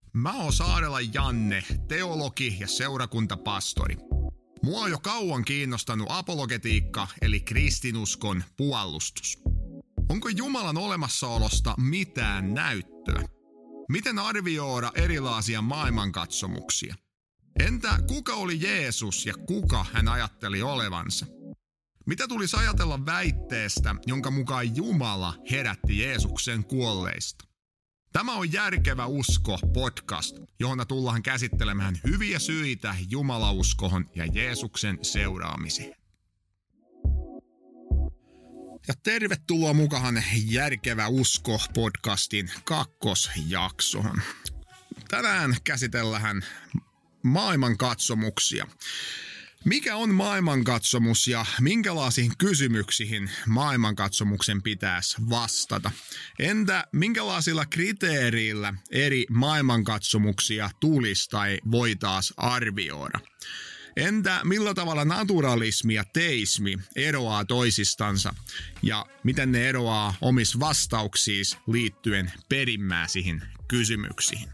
Mä oon Saarela Janne, teologi ja seurakuntapastori. Mua on jo kauan kiinnostanut apologetiikka eli kristinuskon puolustus. Onko Jumalan olemassaolosta mitään näyttöä? Miten arvioida erilaisia maailmankatsomuksia? Entä kuka oli Jeesus ja kuka hän ajatteli olevansa? Mitä tulisi ajatella väitteestä, jonka mukaan Jumala herätti Jeesuksen kuolleista? Tämä on Järkevä usko podcast, johon tullaan käsittelemään hyviä syitä jumalauskohon ja Jeesuksen seuraamiseen. Ja tervetuloa mukaan Järkevä usko podcastin kakkosjaksoon. Tänään käsitellään maailmankatsomuksia. Mikä on maailmankatsomus ja minkälaisiin kysymyksiin maailmankatsomuksen pitäisi vastata? Entä minkälaisilla kriteereillä eri maailmankatsomuksia tulisi tai voitaisiin arvioida? Entä millä tavalla naturalismi ja teismi eroaa toisistansa ja miten ne eroaa omissa vastauksissa liittyen perimmäisiin kysymyksiin?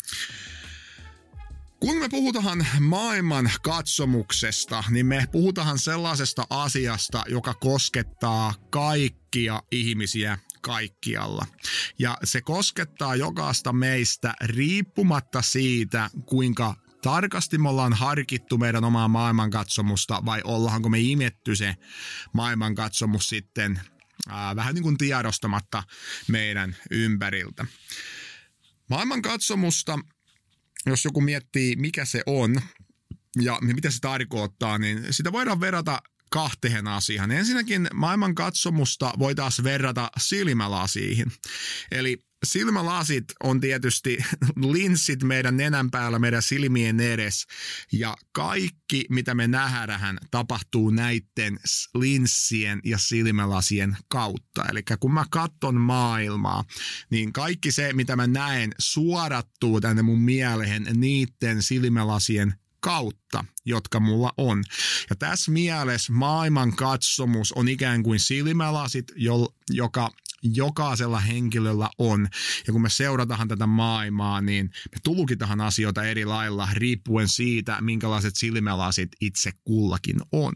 Kun me puhutaan maailman katsomuksesta, niin me puhutaan sellaisesta asiasta, joka koskettaa kaikkia ihmisiä kaikkialla. Ja se koskettaa jokaista meistä riippumatta siitä, kuinka tarkasti me ollaan harkittu meidän omaa maailmankatsomusta vai ollaanko me imetty se maailmankatsomus sitten vähän niin kuin tiedostamatta meidän ympäriltä. Maailmankatsomusta, jos joku miettii, mikä se on ja mitä se tarkoittaa, niin sitä voidaan verrata kahteen asiaan. Ensinnäkin maailmankatsomusta voitaisiin verrata silmälasiin. Eli silmälasit on tietysti linssit meidän nenän päällä, meidän silmien edessä. Ja kaikki, mitä me nähdään, tapahtuu näiden linssien ja silmälasien kautta. Eli kun mä katson maailmaa, niin kaikki se, mitä mä näen, suodattuu tänne mun mieleen niiden silmälasien kautta, jotka mulla on. Ja tässä mielessä maailmankatsomus on ikään kuin silmälasit, joka jokaisella henkilöllä on. Ja kun me seurataan tätä maailmaa, niin me tulkitaan asioita eri lailla riippuen siitä, minkälaiset silmälasit itse kullakin on.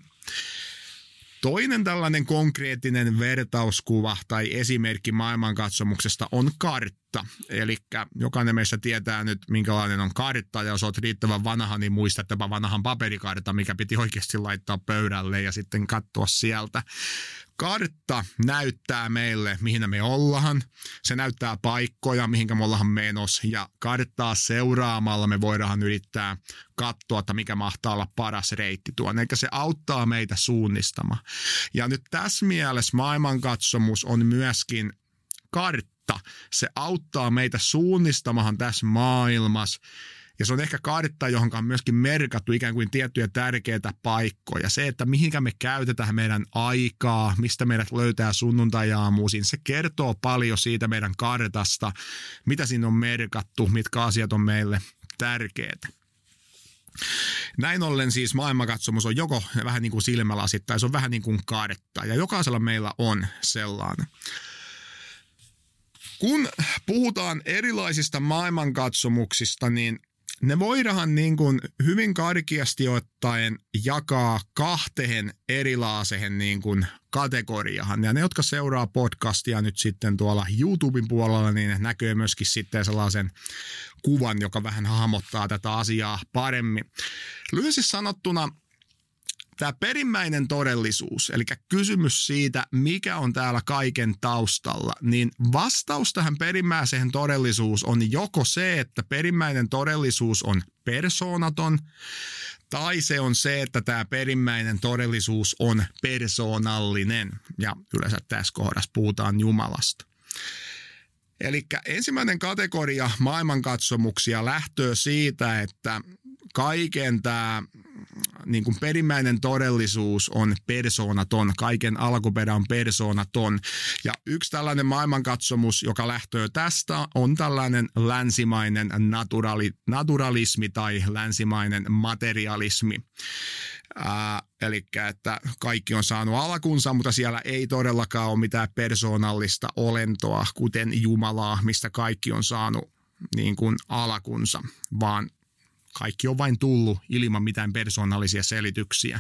Toinen tällainen konkreettinen vertauskuva tai esimerkki maailmankatsomuksesta on kartta. Eli jokainen meistä tietää nyt, minkälainen on kartta. Ja jos olet riittävän vanha, niin muista jopa vanhan paperikartta, mikä piti oikeasti laittaa pöydälle ja sitten katsoa sieltä. Kartta näyttää meille, mihin me ollaan. Se näyttää paikkoja, mihinkä me ollaan menossa. Ja karttaa seuraamalla me voidaan yrittää katsoa, että mikä mahtaa olla paras reitti tuonne. Eli se auttaa meitä suunnistamaan. Ja nyt tässä mielessä maailmankatsomus on myöskin kartta. Se auttaa meitä suunnistamaan tässä maailmassa. Ja se on ehkä kartta, johon on myöskin merkattu ikään kuin tiettyjä tärkeitä paikkoja. Se, että mihinkä me käytetään meidän aikaa, mistä meidät löytää sunnuntai-aamuisin, se kertoo paljon siitä meidän kartasta, mitä siinä on merkattu, mitkä asiat on meille tärkeitä. Näin ollen siis maailmankatsomus on joko vähän niin kuin silmälasit tai se on vähän niin kuin kartta. Ja jokaisella meillä on sellainen. Kun puhutaan erilaisista maailmankatsomuksista, niin ne voidaan niin kuin hyvin karkeasti ottaen jakaa kahteen erilaiseen niin kuin kategoriaan. Ja ne, jotka seuraa podcastia nyt sitten tuolla YouTuben puolella, niin näkyy myöskin sitten sellaisen kuvan, joka vähän hahmottaa tätä asiaa paremmin. Lyhyesti sanottuna, tämä perimmäinen todellisuus, eli kysymys siitä, mikä on täällä kaiken taustalla, niin vastaus tähän perimmäiseen todellisuus on joko se, että perimmäinen todellisuus on persoonaton, tai se on se, että tämä perimmäinen todellisuus on persoonallinen. Ja yleensä tässä kohdassa puhutaan Jumalasta. Eli ensimmäinen kategoria maailmankatsomuksia lähtee siitä, että kaiken tämä niin kuin perimmäinen todellisuus on persoonaton, kaiken alkuperä on persoonaton. Ja yksi tällainen maailmankatsomus, joka lähtee tästä, on tällainen länsimainen naturalismi tai länsimainen materialismi. Eli että kaikki on saanut alkunsa, mutta siellä ei todellakaan ole mitään persoonallista olentoa, kuten Jumalaa, mistä kaikki on saanut niin kuin alkunsa, vaan kaikki on vain tullut ilman mitään persoonallisia selityksiä.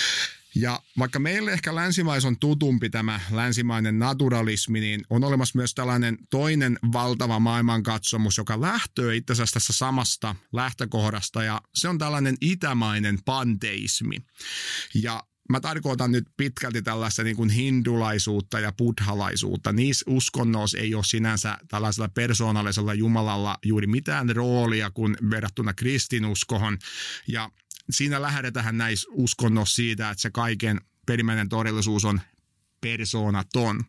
Ja vaikka meille ehkä länsimais on tutumpi tämä länsimainen naturalismi, niin on olemassa myös tällainen toinen valtava maailmankatsomus, joka lähtee itse asiassa tässä samasta lähtökohdasta, ja se on tällainen itämainen panteismi. Ja mä tarkoitan nyt pitkälti tällaista niin kuin hindulaisuutta ja buddhalaisuutta. Niissä uskonnoissa ei ole sinänsä tällaisella persoonallisella Jumalalla juuri mitään roolia kuin verrattuna kristinuskohon. Ja siinä lähdetään näissä uskonnoissa siitä, että se kaiken perimmäinen todellisuus on persoonaton.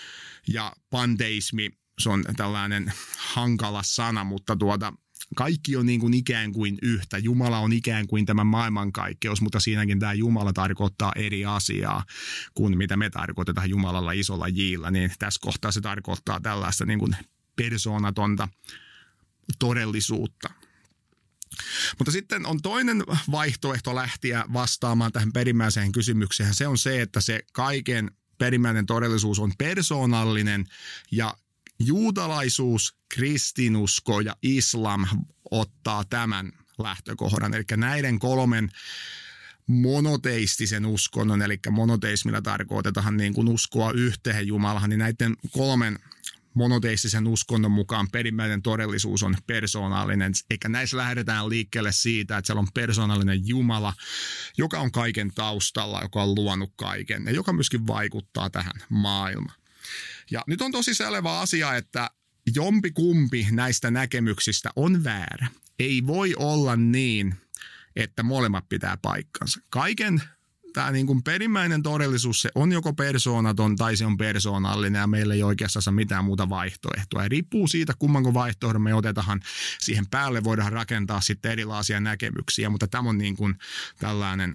Ja panteismi, se on tällainen hankala sana, mutta kaikki on niin kuin ikään kuin yhtä. Jumala on ikään kuin tämä maailmankaikkeus, mutta siinäkin tämä Jumala tarkoittaa eri asiaa kuin mitä me tarkoitetaan Jumalalla isolla J:llä. Niin tässä kohtaa se tarkoittaa tällaista niin kuin persoonatonta todellisuutta. Mutta sitten on toinen vaihtoehto lähteä vastaamaan tähän perimmäiseen kysymykseen. Se on se, että se kaiken perimmäinen todellisuus on persoonallinen ja juutalaisuus, kristinusko ja islam ottaa tämän lähtökohdan. Eli näiden kolmen monoteistisen uskonnon, eli monoteismilla tarkoitetaan niin kuin uskoa yhteen Jumalahan, niin näiden kolmen monoteistisen uskonnon mukaan perimmäinen todellisuus on persoonallinen, eikä näissä lähdetään liikkeelle siitä, että siellä on persoonallinen Jumala, joka on kaiken taustalla, joka on luonut kaiken ja joka myöskin vaikuttaa tähän maailmaan. Ja nyt on tosi selvä asia, että jompikumpi näistä näkemyksistä on väärä. Ei voi olla niin, että molemmat pitää paikkansa. Kaiken tämä niin kuin perimmäinen todellisuus, se on joko persoonaton tai se on persoonallinen ja meillä ei oikeastaan mitään muuta vaihtoehtoa. Ja riippuu siitä, kummanko vaihtoehdon me otetaan siihen päälle, voidaan rakentaa sitten erilaisia näkemyksiä, mutta tämä on niin kuin tällainen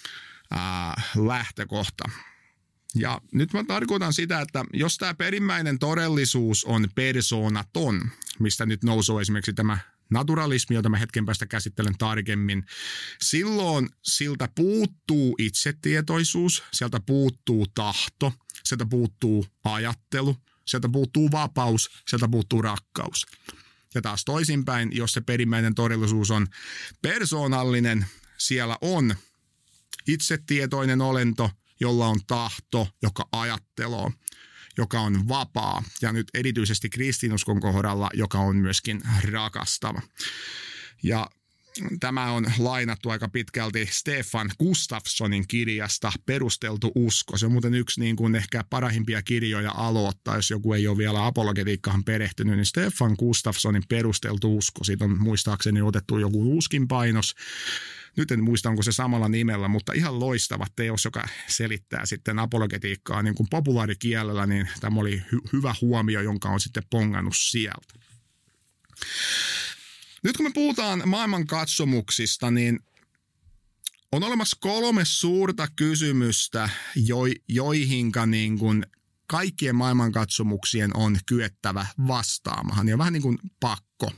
lähtökohta. Ja nyt mä tarkoitan sitä, että jos tämä perimmäinen todellisuus on persoonaton, mistä nyt nousee esimerkiksi tämä naturalismi, jota mä hetken päästä käsittelen tarkemmin, silloin siltä puuttuu itsetietoisuus, sieltä puuttuu tahto, sieltä puuttuu ajattelu, sieltä puuttuu vapaus, sieltä puuttuu rakkaus. Ja taas toisinpäin, jos se perimmäinen todellisuus on persoonallinen, siellä on itsetietoinen olento, jolla on tahto, joka ajattelee, joka on vapaa ja nyt erityisesti kristinuskon kohdalla, joka on myöskin rakastava. Ja tämä on lainattu aika pitkälti Stefan Gustafssonin kirjasta Perusteltu usko. Se on muuten yksi niin kuin ehkä parahimpia kirjoja aloittaa, jos joku ei ole vielä apologetiikkaan perehtynyt, niin Stefan Gustafssonin Perusteltu usko. Siitä on muistaakseni otettu joku uuskin painos. Nyt en muista, onko se samalla nimellä, mutta ihan loistava teos, joka selittää sitten apologetiikkaa niin kuin populaarikielellä, niin tämä oli hyvä huomio, jonka on sitten pongannut sieltä. Nyt kun me puhutaan maailmankatsomuksista, niin on olemassa 3 suurta kysymystä, joihinka niin kuin kaikkien maailmankatsomuksien on kyettävä vastaamaan, ja vähän niin kuin pakko.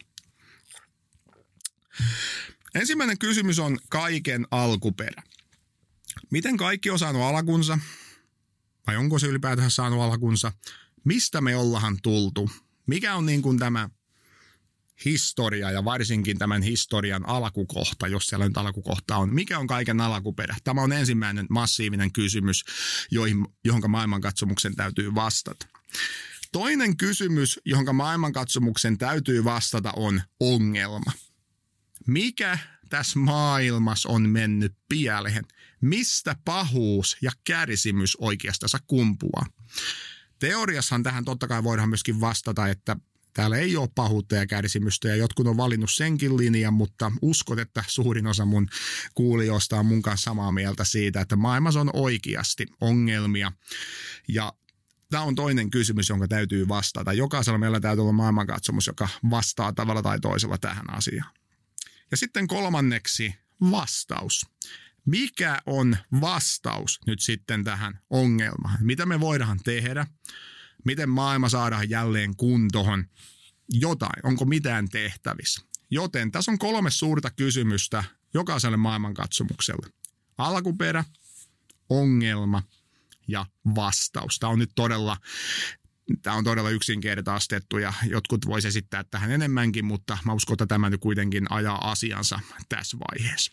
Ensimmäinen kysymys on kaiken alkuperä. Miten kaikki on saanut alkunsa? Vai onko se ylipäätään saanut alkunsa? Mistä me ollaan tultu? Mikä on niin kuin tämä historia ja varsinkin tämän historian alkukohta, jos siellä nyt alkukohta on? Mikä on kaiken alkuperä? Tämä on ensimmäinen massiivinen kysymys, johon maailmankatsomuksen täytyy vastata. Toinen kysymys, johon maailmankatsomuksen täytyy vastata, on ongelma. Mikä tässä maailmassa on mennyt pieleen? Mistä pahuus ja kärsimys oikeastaan kumpuaa? Teoriassahan tähän totta kai voidaan myöskin vastata, että täällä ei ole pahuutta ja kärsimystä ja jotkut on valinnut senkin linjan, mutta uskon, että suurin osa mun kuulijoista on mun kanssa samaa mieltä siitä, että maailmassa on oikeasti ongelmia ja tämä on toinen kysymys, jonka täytyy vastata. Jokaisella meillä täytyy olla maailmankatsomus, joka vastaa tavalla tai toisella tähän asiaan. Ja sitten kolmanneksi vastaus. Mikä on vastaus nyt sitten tähän ongelmaan? Mitä me voidaan tehdä? Miten maailma saadaan jälleen kuntoon? Jotain. Onko mitään tehtävissä? Joten tässä on 3 suurta kysymystä jokaiselle maailmankatsomukselle. Alkuperä, ongelma ja vastaus. Tämä on nyt todella Tämä on todella yksinkertaistettu ja jotkut voisi esittää tähän enemmänkin, mutta mä uskon, että tämä nyt kuitenkin ajaa asiansa tässä vaiheessa.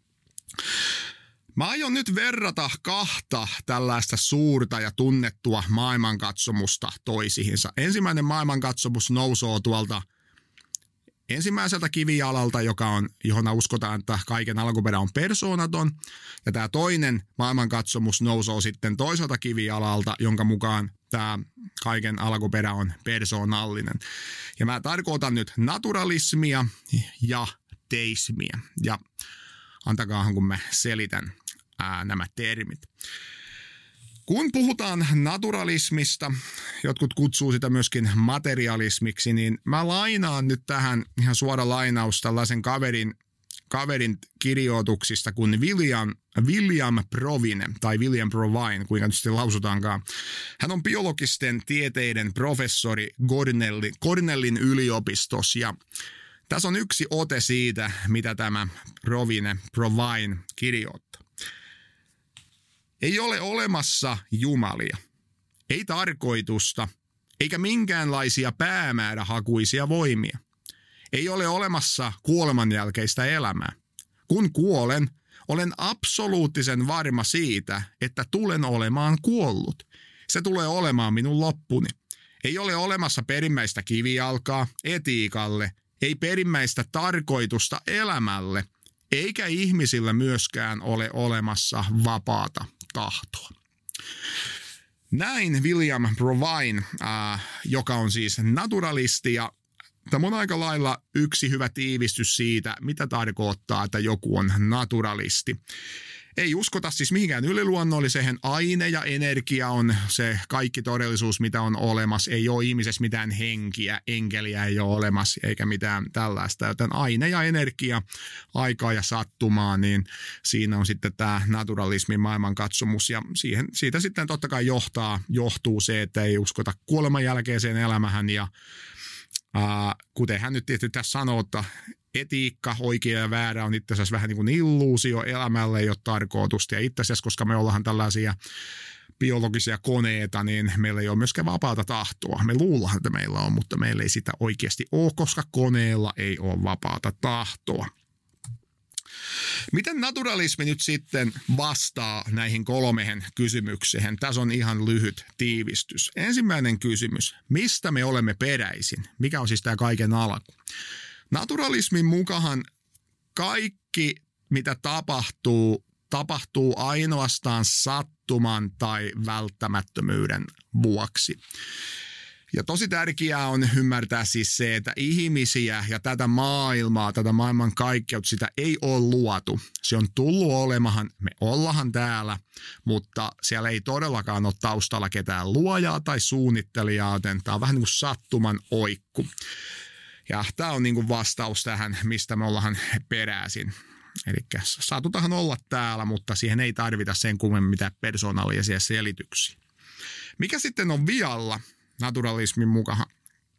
Mä aion nyt verrata kahta tällaista suurta ja tunnettua maailmankatsomusta toisiinsa. Ensimmäinen maailmankatsomus nousee tuolta ensimmäiseltä kivijalalta, johon uskotaan, että kaiken alkuperä on persoonaton. Ja tämä toinen maailmankatsomus nousee sitten toiselta kivijalalta, jonka mukaan tämä kaiken alkuperä on persoonallinen. Ja mä tarkoitan nyt naturalismia ja teismiä. Ja antakaahan, kun mä selitän nämä termit. Kun puhutaan naturalismista, jotkut kutsuu sitä myöskin materialismiksi, niin mä lainaan nyt tähän ihan suora lainaus tällaisen kaverin kirjoituksista kuin William Provine tai William Provine, kuinka nyt sitten lausutaankaan. Hän on biologisten tieteiden professori Cornellin yliopistossa ja tässä on yksi ote siitä, mitä tämä Provine kirjoittaa. Ei ole olemassa jumalia, ei tarkoitusta, eikä minkäänlaisia päämäärähakuisia voimia. Ei ole olemassa kuoleman jälkeistä elämää. Kun kuolen, olen absoluuttisen varma siitä, että tulen olemaan kuollut. Se tulee olemaan minun loppuni. Ei ole olemassa perimmäistä kivijalkaa etiikalle, ei perimmäistä tarkoitusta elämälle, eikä ihmisillä myöskään ole olemassa vapaata tahtoa. Näin William Provine, joka on siis naturalisti, ja tämä on aika lailla yksi hyvä tiivistys siitä, mitä tarkoittaa, että joku on naturalisti. Ei uskota siis mihinkään yliluonnolliseen. Aine ja energia on se kaikki todellisuus, mitä on olemassa. Ei ole ihmisessä mitään henkiä, enkeliä ei ole olemassa eikä mitään tällaista. Joten aine ja energia, aikaa ja sattumaa, niin siinä on sitten tämä naturalismin maailmankatsomus. Ja siitä sitten totta kai johtuu se, että ei uskota kuoleman jälkeiseen elämähän. Ja kuten hän nyt tietysti tässä sanoo, että etiikka, oikea ja väärä on itse asiassa vähän niin kuin illuusio, elämälle ei ole tarkoitusta. Ja itse asiassa, koska me ollaan tällaisia biologisia koneita, niin meillä ei ole myöskään vapaata tahtoa. Me luullaan, että meillä on, mutta meillä ei sitä oikeasti ole, koska koneella ei ole vapaata tahtoa. Miten naturalismi nyt sitten vastaa näihin 3 kysymykseen? Tässä on ihan lyhyt tiivistys. Ensimmäinen kysymys, mistä me olemme peräisin? Mikä on siis tämä kaiken alku? Naturalismin mukaan kaikki, mitä tapahtuu ainoastaan sattuman tai välttämättömyyden vuoksi. Ja tosi tärkeää on ymmärtää siis se, että ihmisiä ja tätä maailmaa, tätä maailman kaikkeutta, sitä ei ole luotu. Se on tullut olemahan, me ollaan täällä, mutta siellä ei todellakaan ole taustalla ketään luojaa tai suunnittelijaa, joten tämä on vähän niin kuin sattuman oikku. Ja tämä on niin kuin vastaus tähän, mistä me ollaan peräisin. Eli satutahan olla täällä, mutta siihen ei tarvita sen kummemmin mitään persoonallisia selityksiä. Mikä sitten on vialla naturalismin mukaan?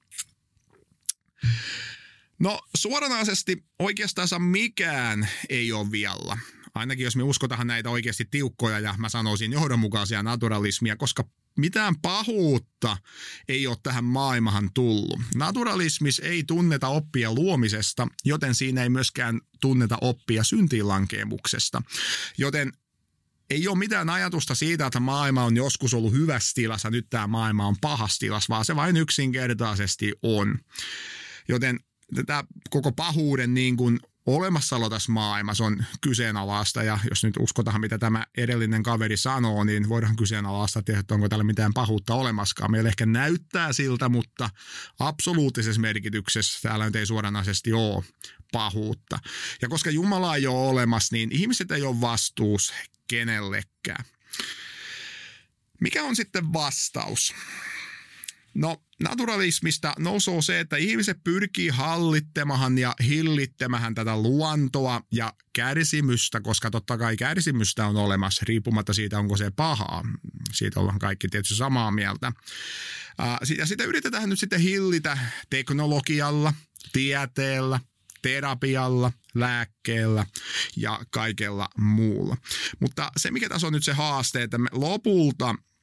No suoranaisesti oikeastaan mikään ei ole vialla. Ainakin jos me uskotaan näitä oikeasti tiukkoja ja mä sanoisin johdonmukaisia naturalismia, koska mitään pahuutta ei ole tähän maailmahan tullut. Naturalismissa ei tunneta oppia luomisesta, joten siinä ei myöskään tunneta oppia syntiinlankeemuksesta. Joten ei ole mitään ajatusta siitä, että maailma on joskus ollut hyvässä tilassa, nyt tämä maailma on pahassa tilassa, vaan se vain yksinkertaisesti on. Joten tätä koko pahuuden niin kuin olemassaolo tässä maailmassa on kyseenalaista, ja jos nyt uskotaan, mitä tämä edellinen kaveri sanoo, niin voidaan kyseenalaista, että onko täällä mitään pahuutta olemaskaan. Meillä ehkä näyttää siltä, mutta absoluuttisessa merkityksessä täällä nyt ei suoranaisesti ole pahuutta. Ja koska Jumala ei ole olemassa, niin ihmiset ei ole vastuus kenellekään. Mikä on sitten vastaus? No, naturalismista nousee se, että ihmiset pyrkii hallittemahan ja hillittämähän tätä luontoa ja kärsimystä, koska totta kai kärsimystä on olemassa, riippumatta siitä, onko se pahaa. Siitä ollaan kaikki tietysti samaa mieltä. Ja sitä yritetään nyt sitten hillitä teknologialla, tieteellä, terapialla, lääkkeellä ja kaikella muulla. Mutta se, mikä tässä on nyt se haaste, että me lopulta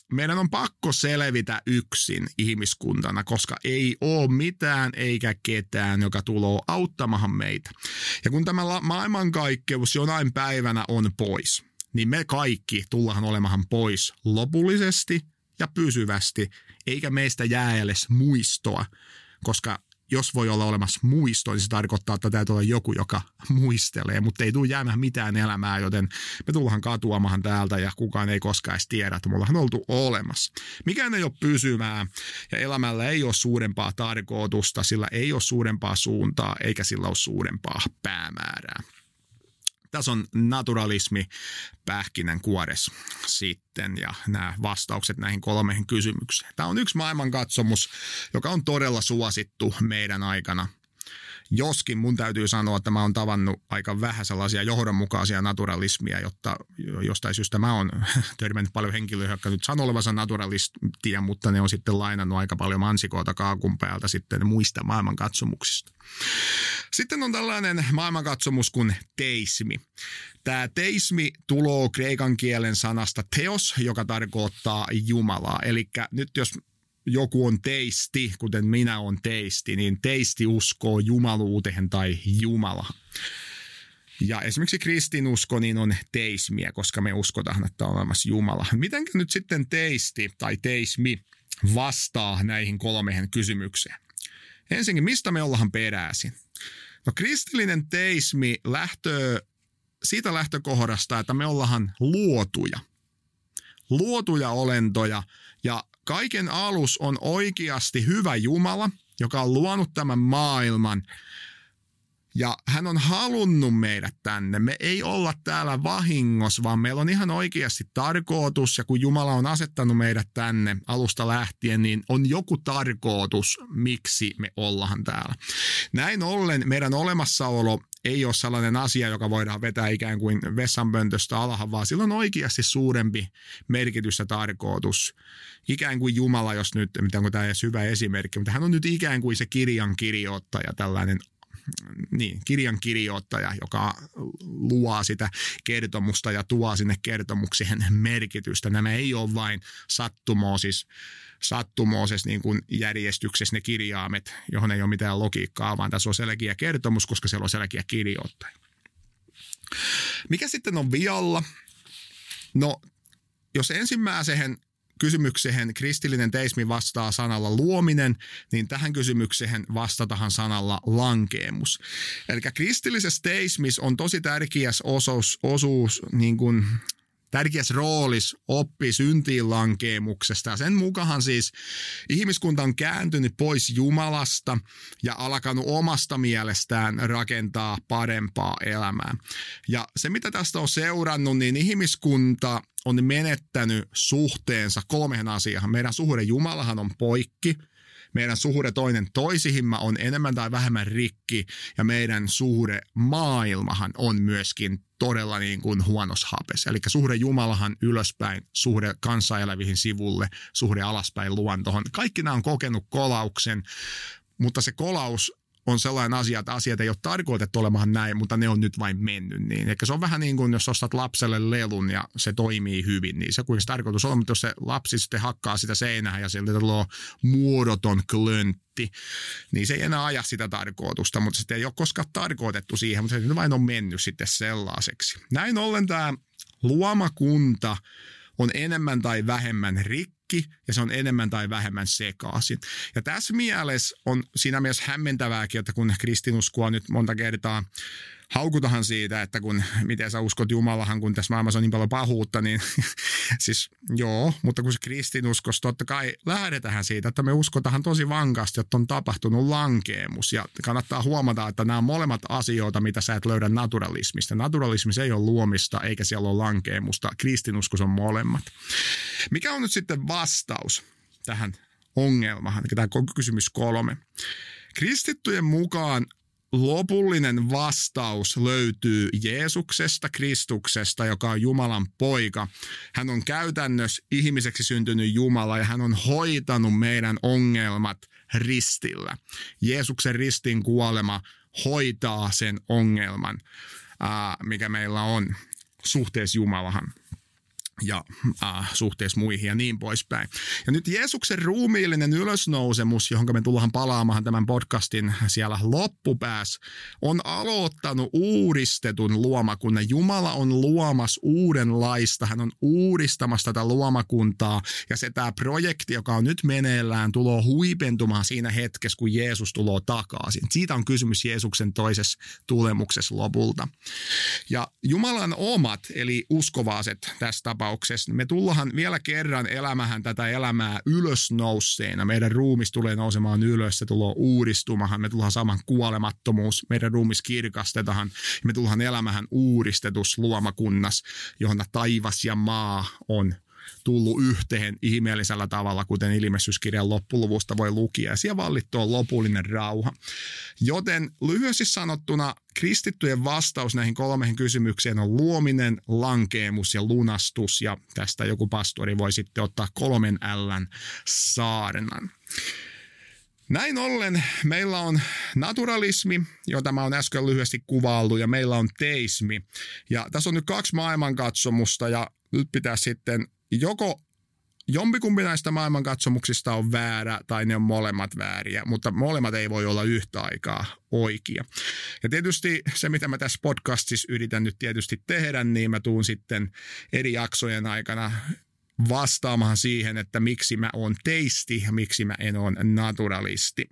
meidän on pakko selvitä yksin ihmiskuntana, koska ei ole mitään eikä ketään, joka tulee auttamahan meitä. Ja kun tämä maailmankaikkeus jonain päivänä on pois, niin me kaikki tullaan olemahan pois lopullisesti ja pysyvästi, eikä meistä jää edes muistoa, koska jos voi olla olemassa muisto, niin se tarkoittaa, että täytyy olla joku, joka muistelee, mutta ei tule jäämään mitään elämää, joten me tullaan katuamahan täältä ja kukaan ei koskaan edes tiedä, että me ollaan oltu olemassa. Mikään ei ole pysyvää ja elämällä ei ole suurempaa tarkoitusta, sillä ei ole suurempaa suuntaa eikä sillä ole suurempaa päämäärää. Tässä on naturalismi pähkinänkuores sitten ja nämä vastaukset näihin 3 kysymykseen. Tämä on yksi maailmankatsomus, joka on todella suosittu meidän aikana. Joskin mun täytyy sanoa, että mä oon tavannut aika vähän sellaisia johdonmukaisia naturalismia, jotta jostain syystä mä oon törmännyt paljon henkilöitä, jotka nyt sanoo olevansa naturalistia, mutta ne on sitten lainannut aika paljon mansikoita kaakun päältä sitten muista maailmankatsomuksista. Sitten on tällainen maailmankatsomus kuin teismi. Tämä teismi tulee kreikan kielen sanasta theos, joka tarkoittaa Jumalaa. Eli nyt jos joku on teisti, kuten minä on teisti, niin teisti uskoo jumaluuteen tai Jumalaan. Ja esimerkiksi kristinusko niin on teismiä, koska me uskotaan, että on olemassa Jumala. Mitenkä nyt sitten teisti tai teismi vastaa näihin 3 kysymykseen? Ensinnäkin, mistä me ollaan peräisin? No kristillinen teismi lähtee siitä lähtökohdasta, että me ollaan luotuja olentoja ja kaiken alus on oikeasti hyvä Jumala, joka on luonut tämän maailman ja hän on halunnut meidät tänne. Me ei olla täällä vahingossa, vaan meillä on ihan oikeasti tarkoitus ja kun Jumala on asettanut meidät tänne alusta lähtien, niin on joku tarkoitus, miksi me ollaan täällä. Näin ollen meidän olemassaolo ei ole sellainen asia, joka voidaan vetää ikään kuin vessanpöntöstä alahan, vaan sillä on oikeasti suurempi merkitys ja tarkoitus. Ikään kuin Jumala, jos nyt, mitä onko tämä edes hyvä esimerkki, mutta hän on nyt ikään kuin se kirjankirjoittaja, tällainen kirjankirjoittaja, joka luo sitä kertomusta ja tuo sinne kertomukseen merkitystä. Nämä ei ole vain sattumoisessa niin kuin järjestyksessä ne kirjaimet, johon ei ole mitään logiikkaa, vaan tässä on selkeä kertomus, koska siellä on selkeä kirjoittaja. Mikä sitten on vialla? No, jos ensimmäiseen kysymykseen kristillinen teismi vastaa sanalla luominen, niin tähän kysymykseen vastatahan sanalla lankeemus. Eli kristillisessä teismissä on tosi tärkeäs osuus niin kuin tärkeässä roolissa oppi syntiin lankeemuksesta. Ja sen mukaan siis ihmiskunta on kääntynyt pois Jumalasta ja alkanut omasta mielestään rakentaa parempaa elämää. Ja se, mitä tästä on seurannut, niin ihmiskunta on menettänyt suhteensa 3 asiaan. Meidän suhde Jumalahan on poikki. Meidän suhde toinen toisihimme on enemmän tai vähemmän rikki ja meidän suhde maailmahan on myöskin todella niin kuin huonos hapes. Eli suhde Jumalahan ylöspäin, suhde kanssaelävihin sivulle, suhde alaspäin luontoon. Kaikki nämä on kokenut kolauksen, mutta se kolaus on sellainen asia, että asiat ei ole tarkoitettu olemaan näin, mutta ne on nyt vain mennyt niin. Eli se on vähän niin kuin, jos ostat lapselle lelun ja se toimii hyvin, niin se kuinka se tarkoitus on, mutta jos se lapsi sitten hakkaa sitä seinään ja sieltä tulee muodoton klöntti, niin se ei enää aja sitä tarkoitusta, mutta se ei ole koskaan tarkoitettu siihen, mutta se vain on mennyt sitten sellaiseksi. Näin ollen tämä luomakunta on enemmän tai vähemmän rikki ja se on enemmän tai vähemmän sekaisin. Ja tässä mielessä on siinä mielessä hämmentävääkin, että kun kristinuskoa nyt monta kertaa haukutahan siitä, että kun miten sä uskot Jumalahan, kun tässä maailmassa on niin paljon pahuutta, niin siis joo, mutta kun se kristinuskossa totta kai lähdetään siitä, että me uskotaan tosi vankasti, että on tapahtunut lankeemus ja kannattaa huomata, että nämä on molemmat asioita, mitä sä et löydä naturalismista. Naturalismissa ei ole luomista eikä siellä ole lankeemusta, kristinuskossa on molemmat. Mikä on nyt sitten vastaus tähän ongelmaan, tämä kysymys 3? Kristittyjen mukaan lopullinen vastaus löytyy Jeesuksesta, Kristuksesta, joka on Jumalan poika. Hän on käytännössä ihmiseksi syntynyt Jumala ja hän on hoitanut meidän ongelmat ristillä. Jeesuksen ristin kuolema hoitaa sen ongelman, mikä meillä on suhteessa Jumalahan. ja suhteessa muihin ja niin poispäin. Ja nyt Jeesuksen ruumiillinen ylösnousemus, johon me tullaan palaamaan tämän podcastin siellä loppupäässä, on aloittanut uudistetun luomakunnan. Jumala on luomassa uudenlaista, hän on uudistamassa tätä luomakuntaa, ja tämä projekti, joka on nyt meneillään, tulee huipentumaan siinä hetkessä, kun Jeesus tulee takaisin. Siitä on kysymys Jeesuksen toisessa tulemuksessa lopulta. Ja Jumalan omat, eli uskovaiset tässä tapauksessa, me tullaan vielä kerran elämähän tätä elämää ylösnouseena. Meidän ruumis tulee nousemaan ylös, se tulee uudistumahan, me tullaan saamaan kuolemattomuus, meidän ruumis kirkastetaan ja me tullaan elämähän uudistetus luomakunnas, johon taivas ja maa on tullut yhteen ihmeellisellä tavalla, kuten Ilmestyskirjan loppuluvusta voi lukea. Ja siellä vallittuu lopullinen rauha. Joten lyhyesti sanottuna kristittyjen vastaus näihin 3 kysymykseen on luominen, lankeemus ja lunastus. Ja tästä joku pastori voi sitten ottaa 3 L:n saarnan. Näin ollen meillä on naturalismi, jota mä oon äsken lyhyesti kuvaillut, ja meillä on teismi. Ja tässä on nyt 2 maailmankatsomusta, ja nyt pitää sitten joko jompikumpi näistä maailmankatsomuksista on väärä tai ne on molemmat vääriä, mutta molemmat ei voi olla yhtä aikaa oikea. Ja tietysti se, mitä mä tässä podcastissa yritän nyt tietysti tehdä, niin mä tuun sitten eri jaksojen aikana vastaamaan siihen, että miksi mä oon teisti ja miksi mä en ole naturalisti.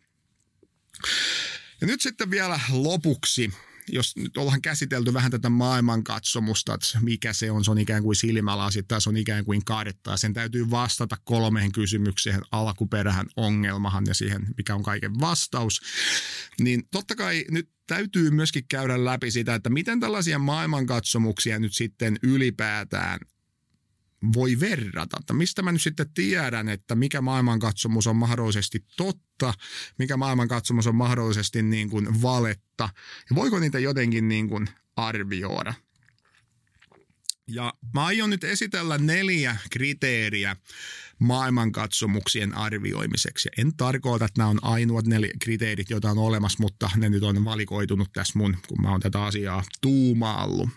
Ja nyt sitten vielä lopuksi, jos nyt ollaan käsitelty vähän tätä maailmankatsomusta, että mikä se on ikään kuin silmälasi tai se on ikään kuin kartta. Sen täytyy vastata 3 kysymykseen, alkuperähän, ongelmahan ja siihen, mikä on kaiken vastaus. Niin totta kai nyt täytyy myöskin käydä läpi sitä, että miten tällaisia maailmankatsomuksia nyt sitten ylipäätään voi verrata. Että mistä mä nyt sitten tiedän, että mikä maailmankatsomus on mahdollisesti totta, mikä maailmankatsomus on mahdollisesti niin kuin valetta, ja voiko niitä jotenkin niin kuin arvioida. Ja mä aion nyt esitellä 4 kriteeriä maailmankatsomuksien arvioimiseksi. En tarkoita, että nämä on ainoat 4 kriteerit, joita on olemassa, mutta ne nyt on valikoitunut tässä kun mä oon tätä asiaa tuumaillut.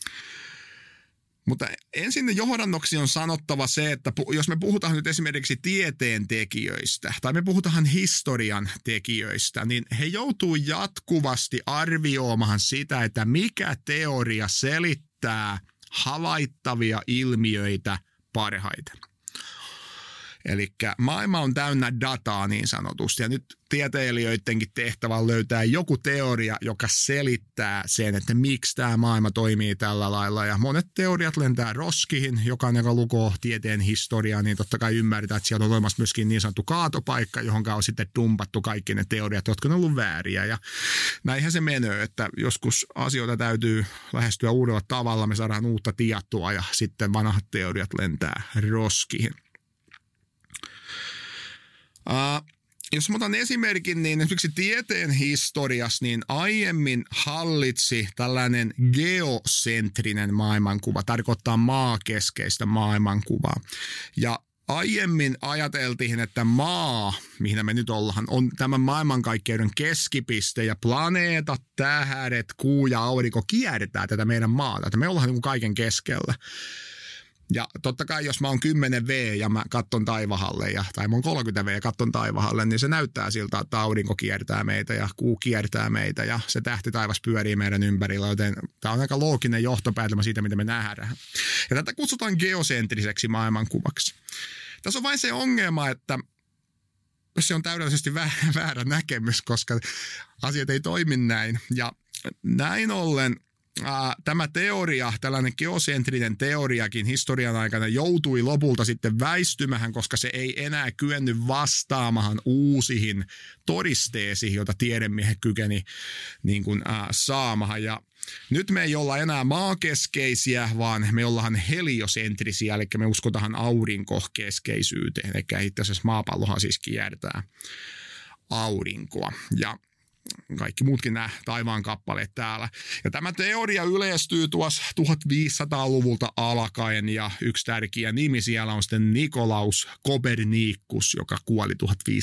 Mutta ensin johdannoksi on sanottava se, että jos me puhutaan nyt esimerkiksi tieteen tekijöistä tai me puhutaan historian tekijöistä, niin he joutuu jatkuvasti arvioimaan sitä, että mikä teoria selittää havaittavia ilmiöitä parhaiten. Eli maailma on täynnä dataa niin sanotusti, ja nyt tieteilijöidenkin tehtävä on löytää joku teoria, joka selittää sen, että miksi tämä maailma toimii tällä lailla. Ja monet teoriat lentää roskiin, jokainen, joka lukoo tieteen historiaa, niin totta kai ymmärtää, että siellä on olemassa myöskin niin sanottu kaatopaikka, johon on sitten dumpattu kaikki ne teoriat, jotka on ollut vääriä. Ja näinhän se menee, että joskus asioita täytyy lähestyä uudella tavalla, me saadaan uutta tietoa ja sitten vanhat teoriat lentää roskiin. Jos mä otan esimerkin, niin esimerkiksi tieteen historiassa niin aiemmin hallitsi tällainen geosentrinen maailmankuva, tarkoittaa maakeskeistä maailmankuvaa. Ja aiemmin ajateltiin, että maa, mihin me nyt ollaan, on tämän maailmankaikkeuden keskipiste ja planeetat, tähdet, kuu ja aurinko kiertää tätä meidän maata, että me ollaan niin kuin kaiken keskellä. Ja totta kai, jos mä oon 10V ja mä katton taivahalle, tai mä oon 30V ja katton taivahalle, niin se näyttää siltä, että aurinko kiertää meitä ja kuu kiertää meitä ja se tähti taivas pyörii meidän ympärillä, joten tämä on aika looginen johtopäätelmä siitä, mitä me nähdään. Ja tätä kutsutaan geosentriseksi maailmankuvaksi. Tässä on vain se ongelma, että se on täydellisesti väärä näkemys, koska asiat ei toimi näin. Ja näin ollen tämä teoria, tällainen geosentrinen teoriakin historian aikana joutui lopulta sitten väistymään, koska se ei enää kyennyt vastaamaan uusiin todisteisiin, joita tiedemiehet kykeni niin kuin, saamahan. Ja nyt me ei olla enää maakeskeisiä, vaan me ollaan heliosentrisiä, eli me uskotaan aurinkokeskeisyyteen, eli itse asiassa maapallohan siis kiertää aurinkoa. Ja kaikki muutkin nämä taivaan kappaleet täällä. Ja tämä teoria yleistyy tuossa 1500-luvulta alkaen ja yksi tärkeä nimi siellä on sitten Nikolaus Kopernikus, joka kuoli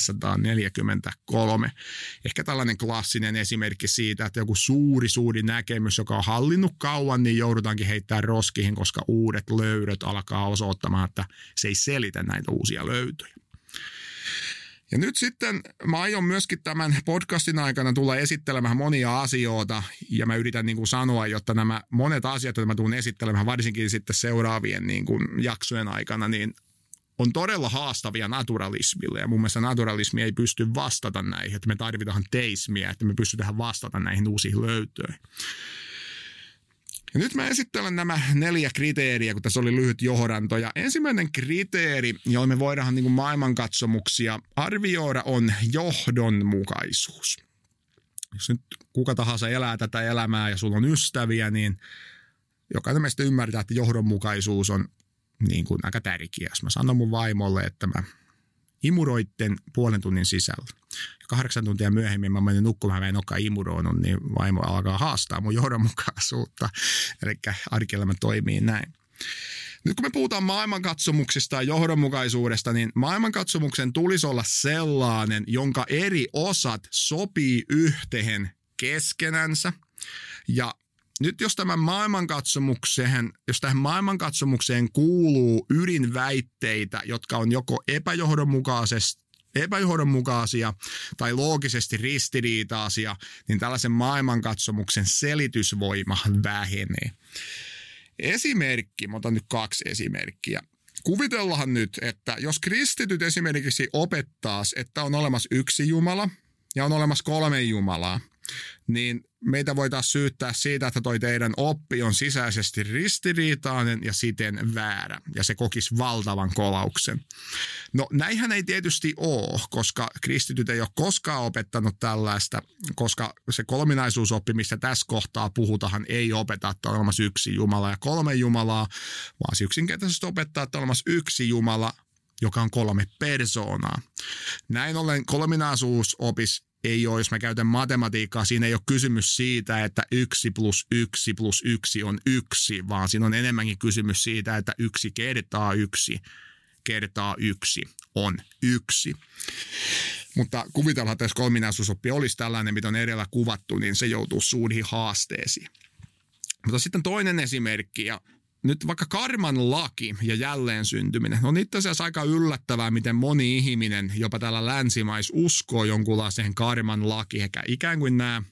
1543. Ehkä tällainen klassinen esimerkki siitä, että joku suuri näkemys, joka on hallinnut kauan, niin joudutaankin heittämään roskiin, koska uudet löydöt alkaa osoittamaan, että se ei selitä näitä uusia löytöjä. Ja nyt sitten mä aion myöskin tämän podcastin aikana tulla esittelemään monia asioita, ja mä yritän niin kuin sanoa, jotta nämä monet asiat, joita mä tulen esittelemään varsinkin sitten seuraavien niin kuin jaksojen aikana, niin on todella haastavia naturalismille, ja mun mielestä naturalismi ei pysty vastata näihin, että me tarvitaan teismiä, että me pystytään vastata näihin uusiin löytöihin. Ja nyt mä esittelen nämä 4 kriteeriä, kun tässä oli lyhyt johdanto. Ja ensimmäinen kriteeri, jolla me voidaan niin kuin maailmankatsomuksia arvioida, on johdonmukaisuus. Jos nyt kuka tahansa elää tätä elämää ja sulla on ystäviä, niin jokainen meistä ymmärtää, että johdonmukaisuus on niin kuin aika tärkeä. Jos mä sanon mun vaimolle, että mä imuroitten puolen tunnin sisällä. 8 tuntia myöhemmin mä menin nukkumaan, mä en olekaan imuroinut, niin vaimo alkaa haastaa mun johdonmukaisuutta. Eli arkielämä toimii näin. Nyt kun me puhutaan maailmankatsomuksista ja johdonmukaisuudesta, niin maailmankatsomuksen tulisi olla sellainen, jonka eri osat sopii yhteen keskenänsä. Ja nyt jos tähän maailmankatsomukseen kuuluu ydinväitteitä, jotka on joko epäjohdonmukaisia tai loogisesti ristiriitaisia, niin tällaisen maailmankatsomuksen selitysvoima vähenee. Esimerkki, mä otan nyt 2 esimerkkiä. Kuvitellaanhan nyt, että jos kristityt esimerkiksi opettaisi, että on olemassa yksi Jumala ja on olemassa 3 Jumalaa, niin meitä voitaisiin syyttää siitä, että toi teidän oppi on sisäisesti ristiriitainen ja siten väärä, ja se kokisi valtavan kolauksen. No näinhän ei tietysti ole, koska kristityt ei ole koskaan opettanut tällaista, koska se kolminaisuusoppi, mistä tässä kohtaa puhutaan, ei opeta, että on olemassa yksi Jumala ja 3 Jumalaa, vaan se yksinkertaisesti opettaa, että on olemassa yksi Jumala, joka on 3 persoonaa. Näin ollen kolminaisuusopis ei ole, jos mä käytän matematiikkaa, siinä ei ole kysymys siitä, että 1 + 1 + 1 on 1, vaan siinä on enemmänkin kysymys siitä, että 1 kertaa 1 kertaa 1 on 1. Mutta kuvitellaan, että jos kolminaisuusoppi olisi tällainen, mitä on edellä kuvattu, niin se joutuu suuriin haasteisiin. Mutta sitten toinen esimerkki, ja nyt vaikka karman laki ja jälleen syntyminen on itse asiassa aika yllättävää, miten moni ihminen jopa täällä länsimaissa uskoo jonkunlaiseen karman lakiin. Ikään kuin nämä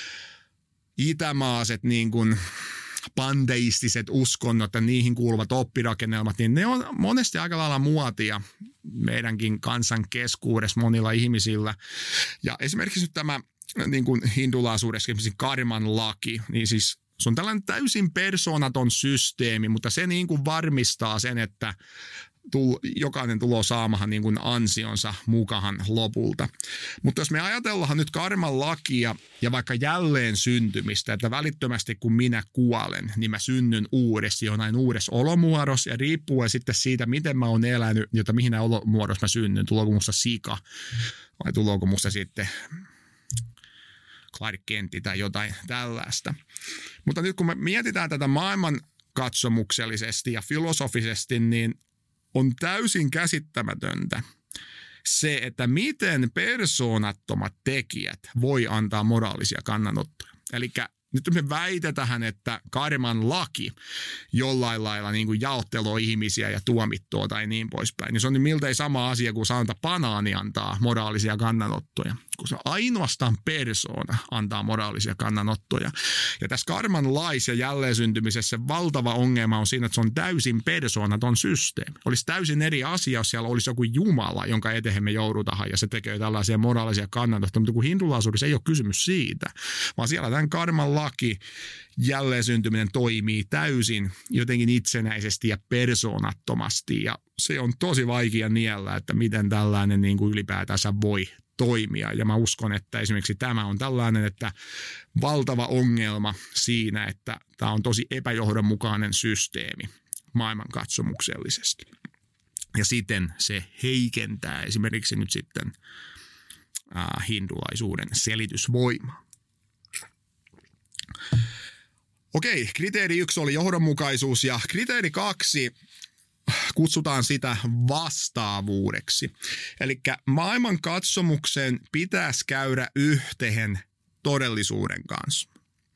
itämaaset niin kuin panteistiset uskonnot ja niihin kuuluvat oppirakennelmat, niin ne on monesti aika lailla muotia meidänkin kansan keskuudessa monilla ihmisillä. Ja esimerkiksi nyt tämä niin kuin hindulaisuudessa karman laki, niin siis se on tällainen täysin persoonaton systeemi, mutta se niin kuin varmistaa sen, että jokainen tulee saamahan niin kuin ansionsa mukahan lopulta. Mutta jos me ajatellaan nyt karman lakia ja vaikka jälleen syntymistä, että välittömästi kun minä kuolen, niin mä synnyn uudesti jonain uudessa olomuodossa ja riippuen sitten siitä, miten mä oon elänyt, jota mihin olomuodossa mä synnyn, tuleeko musta sika vai tuleeko musta sitten Clark Kent tai jotain tällaista. Mutta nyt kun me mietitään tätä maailmankatsomuksellisesti ja filosofisesti, niin on täysin käsittämätöntä se, että miten persoonattomat tekijät voi antaa moraalisia kannanottoja. Eli nyt me väitetään, että karman laki jollain lailla niin kuin jaotteloo ihmisiä ja tuomittoo tai niin poispäin. Niin se on miltei sama asia kuin sanota banaani antaa moraalisia kannanottoja. Kun se ainoastaan persoona antaa moraalisia kannanottoja. Ja tässä karman laissa ja jälleen syntymisessä valtava ongelma on siinä, että se on täysin persoonaton systeemi. Olisi täysin eri asia, jos siellä olisi joku Jumala, jonka eteen me joudutaan ja se tekee tällaisia moraalisia kannanottoja. Mutta kun hindulaisuudessa ei ole kysymys siitä, vaan siellä tämän karman laki, jälleen syntyminen toimii täysin jotenkin itsenäisesti ja persoonattomasti. Ja se on tosi vaikea niellä, että miten tällainen niin kuin ylipäätänsä voi toimia. Ja mä uskon, että esimerkiksi tämä on tällainen, että valtava ongelma siinä, että tämä on tosi epäjohdonmukainen systeemi maailmankatsomuksellisesti. Ja siten se heikentää esimerkiksi nyt sitten hindulaisuuden selitysvoimaa. Okei, kriteeri 1 oli johdonmukaisuus ja kriteeri 2 kutsutaan sitä vastaavuudeksi. Eli maailmankatsomuksen pitäisi käydä yhteen todellisuuden kanssa.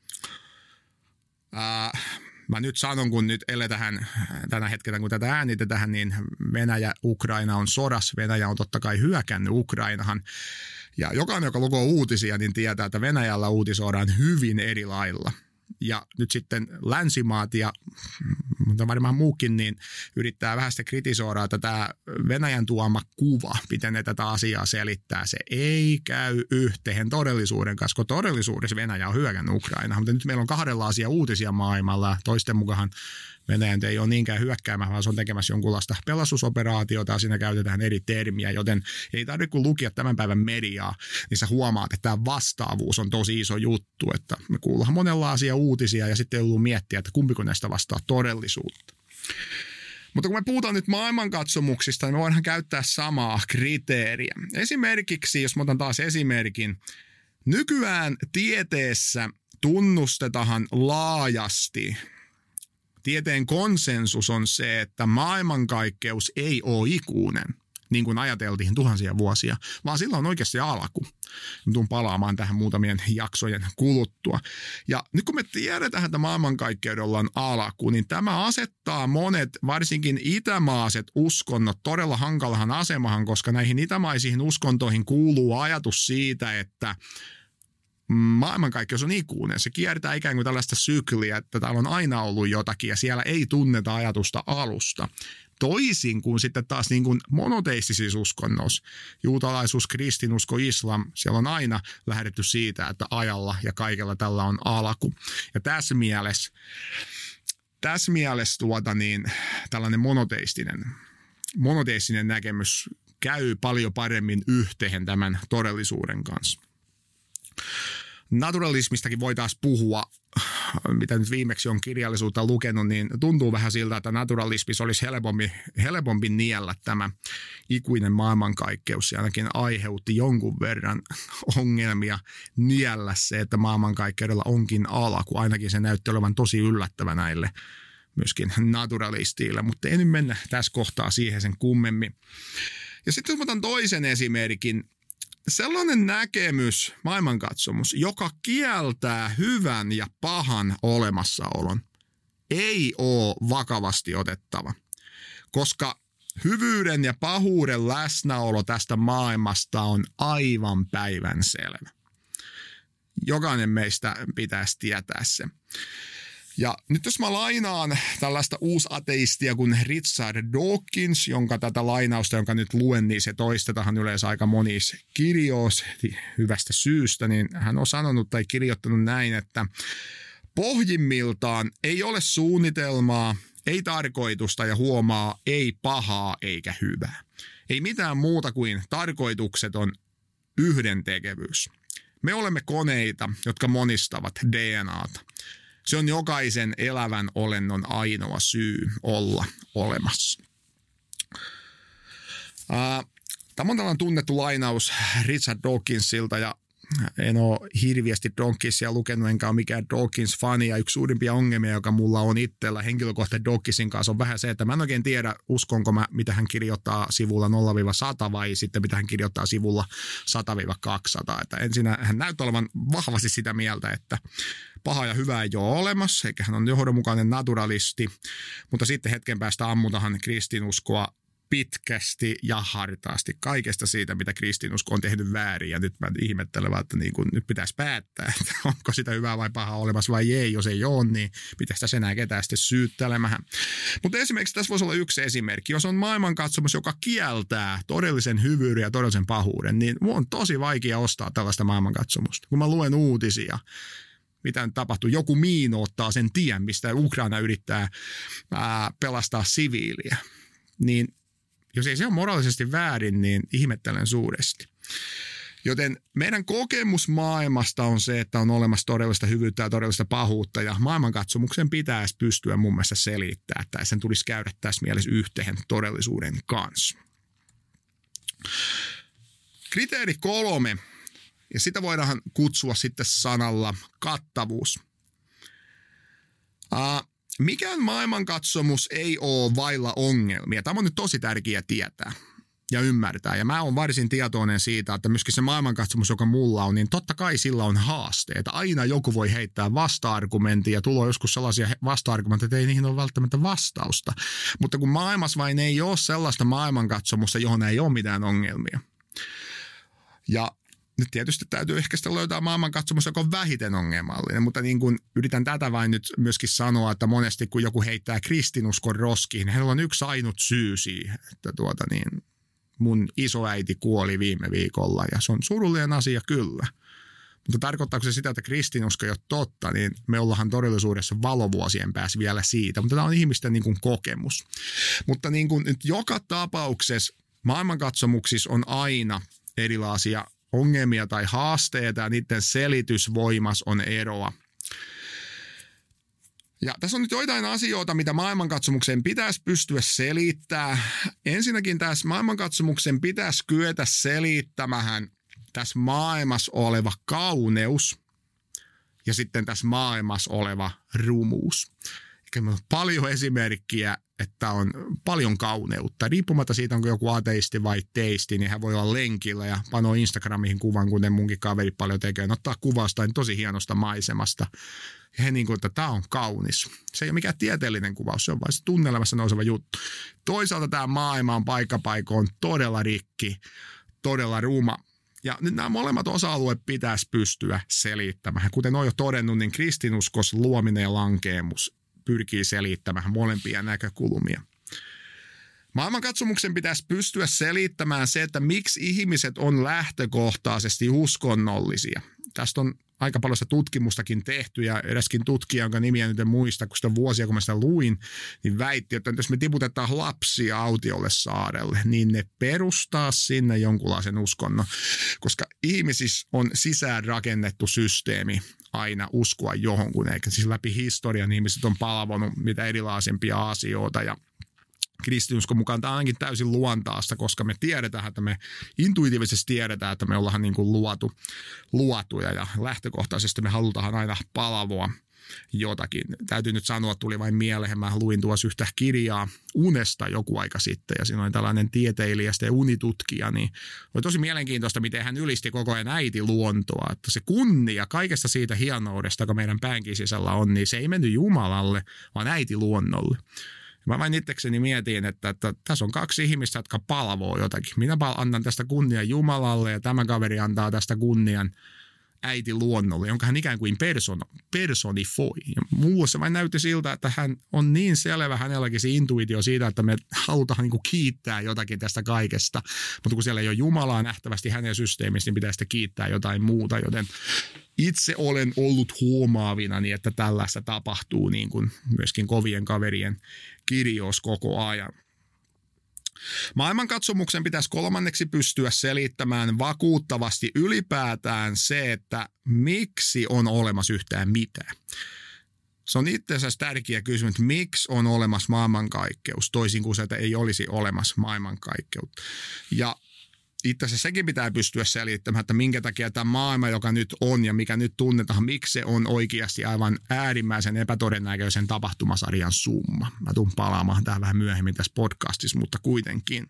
Mä nyt sanon, kun nyt eletään tänä hetkellä, kun tätä äänitetään, niin Venäjä-Ukraina on sodassa. Venäjä on totta kai hyökännyt Ukrainahan. Ja jokainen, joka lukee uutisia, niin tietää, että Venäjällä uutisoidaan hyvin eri lailla. Ja nyt sitten länsimaat ja mutta varmaan muukin niin yrittää vähän sitä kritisoida, että tämä Venäjän tuoma kuva, miten ne tätä asiaa selittää, se ei käy yhteen todellisuuden kanssa, kun todellisuudessa Venäjä on hyökännyt Ukrainaan. Mutta nyt meillä on kahdenlaisia uutisia maailmalla. Toisten mukaan Venäjä ei ole niinkään hyökkäämään, vaan se on tekemässä jonkunlaista pelastusoperaatiota ja siinä käytetään eri termiä, joten ei tarvitse kun lukea tämän päivän mediaa, niin sä huomaat, että tämä vastaavuus on tosi iso juttu, että me kuullaan monenlaisia uutisia ja sitten joutuu miettiä, että kumpiko näistä vastaa todellisuutta. Mutta kun me puhutaan nyt maailmankatsomuksista, niin me voidaan käyttää samaa kriteeriä. Esimerkiksi, jos mä otan taas esimerkin, nykyään tieteessä tunnustetaan laajasti. Tieteen konsensus on se, että maailmankaikkeus ei ole ikuinen, niin kuin ajateltiin tuhansia vuosia, vaan sillä on oikeasti alku. Mä tulen palaamaan tähän muutamien jaksojen kuluttua. Ja nyt kun me tiedetään, että maailmankaikkeudella on alku, niin tämä asettaa monet, varsinkin itämaiset uskonnot todella hankalahan asemahan, koska näihin itämaisiin uskontoihin kuuluu ajatus siitä, että maailmankaikkeus on ikuinen. Se kiertää ikään kuin tällaista sykliä, että täällä on aina ollut jotakin ja siellä ei tunneta ajatusta alusta. Toisin kuin sitten taas niin kuin monoteistisissa uskonnoissa, juutalaisuus, kristinusko, islam, siellä on aina lähdetty siitä, että ajalla ja kaikella tällä on alku. Ja tässä mielessä tällainen monoteistinen näkemys käy paljon paremmin yhteen tämän todellisuuden kanssa. Naturalismistakin voitaisiin puhua, mitä nyt viimeksi on kirjallisuutta lukenut, niin tuntuu vähän siltä, että naturalismissa olisi helpompi niellä tämä ikuinen maailmankaikkeus. Se ainakin aiheutti jonkun verran ongelmia niellä se, että maailmankaikkeudella onkin alku. Ainakin se näytti olevan tosi yllättävä näille myöskin naturalisteille, mutta ei nyt mennä tässä kohtaa siihen sen kummemmin. Ja sitten jos otan toisen esimerkin, sellainen näkemys, maailmankatsomus, joka kieltää hyvän ja pahan olemassaolon, ei ole vakavasti otettava, koska hyvyyden ja pahuuden läsnäolo tästä maailmasta on aivan päivänselvä. Jokainen meistä pitäisi tietää se. Ja nyt jos mä lainaan tällaista uusateistia kuin Richard Dawkins, jonka tätä lainausta, jonka nyt luen, niin se toistetaan yleensä aika monissa kirjoissa hyvästä syystä, niin hän on sanonut tai kirjoittanut näin, että pohjimmiltaan ei ole suunnitelmaa, ei tarkoitusta ja huomaa, ei pahaa eikä hyvää. Ei mitään muuta kuin tarkoitukseton yhdentekevyys. Me olemme koneita, jotka monistavat DNAta. Se on jokaisen elävän olennon ainoa syy olla olemassa. Tämä on tällainen tunnettu lainaus Richard Dawkinsilta ja en ole hirviästi Dawkinsia lukenut, enkä ole mikään Dawkins-fani. Ja yksi suurimpia ongelmia, joka mulla on itsellä henkilökohtaisesti Dawkinsin kanssa, on vähän se, että mä en oikein tiedä, uskonko mä, mitä hän kirjoittaa sivulla 0-100 vai sitten mitä hän kirjoittaa sivulla 100-200. Että ensin hän näyttää olevan vahvasti sitä mieltä, että paha ja hyvä ei ole olemassa, eikä hän on johdonmukainen naturalisti, mutta sitten hetken päästä ammutahan kristinuskoa pitkästi ja hartaasti kaikesta siitä, mitä kristinusko on tehnyt väärin. Ja nyt mä ihmettelen, että niin kun nyt pitäisi päättää, että onko sitä hyvää vai pahaa olemassa vai ei. Jos ei ole, niin pitäisi tässä enää ketään sitten syyttelemään. Mutta esimerkiksi tässä voisi olla yksi esimerkki. Jos on maailmankatsomus, joka kieltää todellisen hyvyyden ja todellisen pahuuden, niin mun on tosi vaikea ostaa tällaista maailmankatsomusta. Kun mä luen uutisia, mitä nyt tapahtuu. Joku miinoittaa sen tien, mistä Ukraina yrittää pelastaa siviiliä. Niin jos ei se ole moraalisesti väärin, niin ihmettelen suuresti. Joten meidän kokemus maailmasta on se, että on olemassa todellista hyvyyttä ja todellista pahuutta, ja maailmankatsomuksen pitäisi pystyä mun mielestä selittämään, että sen tulisi käydä tässä mielessä yhteen todellisuuden kanssa. Kriteeri 3, ja sitä voidaan kutsua sitten sanalla kattavuus. Mikään maailmankatsomus ei ole vailla ongelmia. Tämä on nyt tosi tärkeää tietää ja ymmärtää. Ja mä oon varsin tietoinen siitä, että myöskin se maailmankatsomus, joka mulla on, niin totta kai sillä on haasteita. Aina joku voi heittää vasta-argumentia ja tulee joskus sellaisia vasta-argumentteja, että ei niihin ole välttämättä vastausta. Mutta kun maailmassa vain ei ole sellaista maailmankatsomusta, johon ei ole mitään ongelmia. Ja nyt tietysti täytyy ehkä sitten löytää maailmankatsomus, joka on vähiten ongelmallinen, mutta niin kuin yritän tätä vain nyt myöskin sanoa, että monesti kun joku heittää kristinuskon roskiin, niin hänellä on yksi ainut syy siihen, että mun isoäiti kuoli viime viikolla ja se on surullinen asia kyllä. Mutta tarkoittaako se sitä, että kristinusko ei ole totta, niin me ollaan todellisuudessa valovuosien päässä vielä siitä, mutta tämä on ihmisten niin kuin kokemus. Mutta niin kuin nyt joka tapauksessa maailmankatsomuksissa on aina erilaisia ongelmia tai haasteita ja niiden selitysvoimas on eroa. Ja tässä on nyt joitain asioita, mitä maailmankatsomuksen pitäisi pystyä selittämään. Ensinnäkin tässä maailmankatsomuksen pitäisi kyetä selittämään tässä maailmassa oleva kauneus ja sitten tässä maailmassa oleva rumuus. Meillä on paljon esimerkkiä, että on paljon kauneutta. Riippumatta siitä, onko joku ateisti vai teisti, niin hän voi olla lenkillä ja panoo Instagramiin kuvan, kuten munkin kaveri paljon tekee. Ottaa kuvasta tosi hienosta maisemasta. Ja he niin kuin, että tämä on kaunis. Se ei ole mikään tieteellinen kuvaus, se on vain se tunnelmassa nouseva juttu. Toisaalta tämä maailma on paikkapaikoin todella rikki, todella ruma. Ja nyt nämä molemmat osa-alueet pitäisi pystyä selittämään. Kuten olen jo todennut, niin kristinuskos, luominen ja lankeemus pyrkii selittämään molempia näkökulmia. Maailmankatsomuksen pitäisi pystyä selittämään se, että miksi ihmiset on lähtökohtaisesti uskonnollisia. Tästä on aika paljon sitä tutkimustakin tehty ja eräskin tutkija, jonka nimiä nyt en muista, kun sitä on vuosia, kun mä sitä luin, niin väitti, että jos me tiputetaan lapsia autiolle saarelle, niin ne perustaa sinne jonkunlaisen uskonnon, koska ihmisissä on sisään rakennettu systeemi aina uskoa johonkin, eikä siis läpi historian ihmiset on palvonut mitä erilaisempia asioita ja kristinuskon mukaan tämä on ainakin täysin luontaasta, koska me tiedetään, että me intuitiivisesti tiedetään, että me ollaan niin kuin luotuja ja lähtökohtaisesti me halutaan aina palvoa jotakin. Täytyy nyt sanoa, tuli vain mieleen, mä luin tuossa yhtä kirjaa unesta joku aika sitten ja siinä oli tällainen tieteilijä ja unitutkija, niin oli tosi mielenkiintoista, miten hän ylisti koko ajan äitiluontoa, että se kunnia kaikesta siitä hienoudesta, joka meidän päänkin sisällä on, niin se ei mennyt Jumalalle, vaan äitiluonnolle. Mä vain itsekseni mietin, että tässä on kaksi ihmistä, jotka palvoo jotakin. Minä annan tästä kunnian Jumalalle ja tämä kaveri antaa tästä kunnian äiti luonnolle, jonka hän ikään kuin personifoi. Ja mulle se vain näytti siltä, että hän on niin selvä hänelläkin se intuitio siitä, että me halutaan niin kuin kiittää jotakin tästä kaikesta. Mutta kun siellä ei ole Jumalaa nähtävästi hänen systeemissä, niin pitää sitten kiittää jotain muuta, joten itse olen ollut huomaavinani, että tällaista tapahtuu niin kuin myöskin kovien kaverien kirjoissa koko ajan. Maailmankatsomuksen pitäisi kolmanneksi pystyä selittämään vakuuttavasti ylipäätään se, että miksi on olemassa yhtään mitään. Se on itse asiassa tärkeä kysymys, että miksi on olemassa maailmankaikkeus, toisin kuin se, että ei olisi olemassa maailmankaikkeutta. Ja itse asiassa sekin pitää pystyä selittämään, että minkä takia tämä maailma, joka nyt on ja mikä nyt tunnetaan, miksi se on oikeasti aivan äärimmäisen epätodennäköisen tapahtumasarjan summa. Mä tuun palaamaan tähän vähän myöhemmin tässä podcastissa, mutta kuitenkin.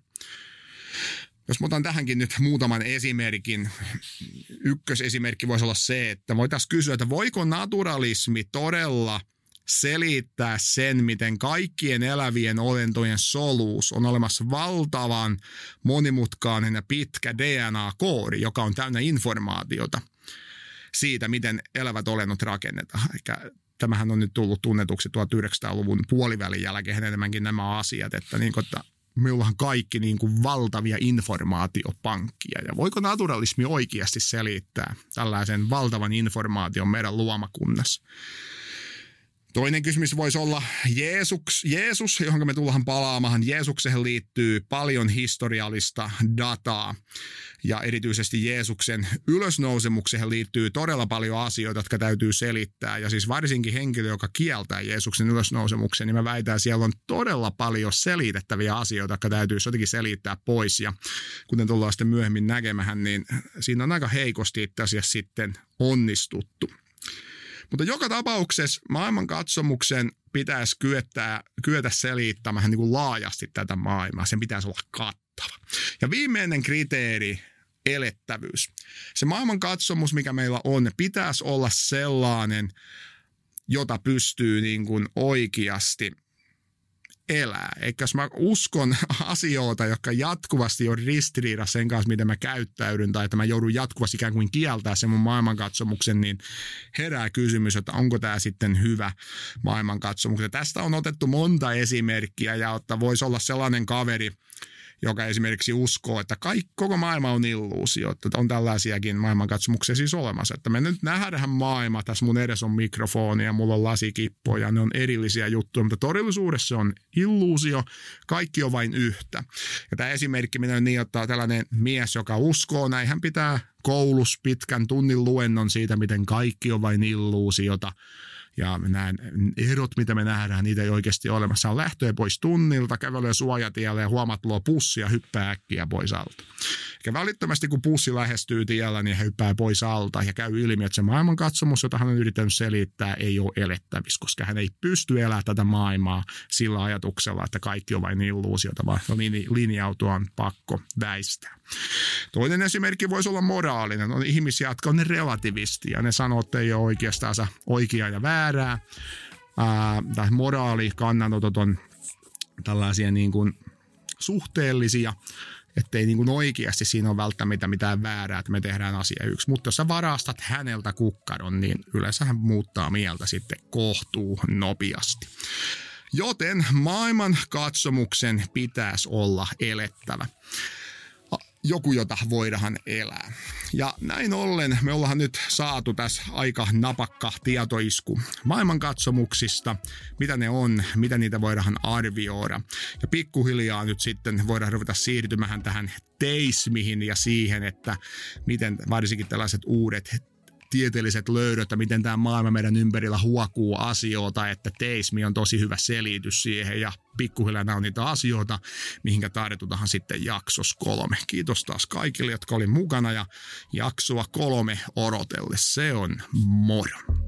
Jos mä otan tähänkin nyt muutaman esimerkin. Ykkösesimerkki voisi olla se, että voitaisiin kysyä, että voiko naturalismi todella selittää sen, miten kaikkien elävien olentojen soluus on olemassa valtavan monimutkainen ja pitkä DNA-koodi, joka on täynnä informaatiota siitä, miten elävät olennot rakennetaan. Tämähän on nyt tullut tunnetuksi 1900-luvun puolivälin jälkeen enemmänkin nämä asiat, että me ollaan kaikki niin kuin valtavia informaatiopankkia. Ja voiko naturalismi oikeasti selittää tällaisen valtavan informaation meidän luomakunnassa? Toinen kysymys voisi olla Jeesus, johon me tullaan palaamaan. Jeesukseen liittyy paljon historiallista dataa ja erityisesti Jeesuksen ylösnousemukseen liittyy todella paljon asioita, jotka täytyy selittää. Ja siis varsinkin henkilö, joka kieltää Jeesuksen ylösnousemuksen, niin mä väitän, että siellä on todella paljon selitettäviä asioita, jotka täytyy jotenkin selittää pois. Ja kuten tullaan sitten myöhemmin näkemään, niin siinä on aika heikosti itse asiassa sitten onnistuttu. Mutta joka tapauksessa maailmankatsomuksen pitäisi kyetä selittämään niin kuin laajasti tätä maailmaa. Sen pitäisi olla kattava. Ja viimeinen kriteeri, elettävyys. Se maailmankatsomus, mikä meillä on, pitäisi olla sellainen, jota pystyy niin kuin oikeasti elää. Eikä jos mä uskon asioita, jotka jatkuvasti on ristiriidassa sen kanssa, miten mä käyttäydyn, tai että mä joudun jatkuvasti ikään kuin kieltää sen mun maailmankatsomuksen, niin herää kysymys, että onko tämä sitten hyvä maailmankatsomus. Tästä on otettu monta esimerkkiä, ja että voisi olla sellainen kaveri, joka esimerkiksi uskoo, että koko maailma on illuusio, että on tällaisiakin maailmankatsomuksia siis olemassa. Että me nyt nähdään maailma, tässä mun edessä on mikrofoni ja mulla on lasikippo ja ne on erillisiä juttuja, mutta todellisuudessa se on illuusio, kaikki on vain yhtä. Ja tämä esimerkki minä on niin, että tällainen mies, joka uskoo, näin hän pitää koulussa pitkän tunnin luennon siitä, miten kaikki on vain illuusiota. Ja nämä erot, mitä me nähdään, niitä ei oikeasti ole olemassa. On lähtöä pois tunnilta, kävelee suojatielle ja huomaat luo pussi ja hyppää äkkiä pois alta. Ja välittömästi kun pussi lähestyy tiellä, niin hän hyppää pois alta ja käy ilmi, että se maailmankatsomus, jota hän on yrittänyt selittää, ei ole elettävissä, koska hän ei pysty elämään tätä maailmaa sillä ajatuksella, että kaikki on vain illuusiota, vaan linjautua on pakko väistää. Toinen esimerkki voisi olla moraalinen. On ihmisiä, jotka on relativistia. Ne sanoo, että ei ole oikeastaan oikeaa ja väärää. Tai moraalikannanotot on tällaisia niin kuin suhteellisia, ettei niin kuin oikeasti siinä ole välttämättä mitään väärää, että me tehdään asia yksi. Mutta jos sä varastat häneltä kukkaron, niin yleensä hän muuttaa mieltä sitten kohtuu nopeasti. Joten maailmankatsomuksen pitäisi olla elettävä. Joku, jota voidaan elää. Ja näin ollen me ollaan nyt saatu tässä aika napakka tietoisku maailmankatsomuksista, mitä ne on, mitä niitä voidaan arvioida. Ja pikkuhiljaa nyt sitten voidaan ruveta siirtymään tähän teismihin ja siihen, että miten varsinkin tällaiset uudet tieteelliset löydöt, että miten tämä maailma meidän ympärillä huokuu asioita, että teismi on tosi hyvä selitys siihen ja pikkuhiljaa nämä on niitä asioita, mihinkä tartutaan sitten jaksossa 3. Kiitos taas kaikille, jotka oli mukana ja jaksoa 3 odotelle. Se on moro.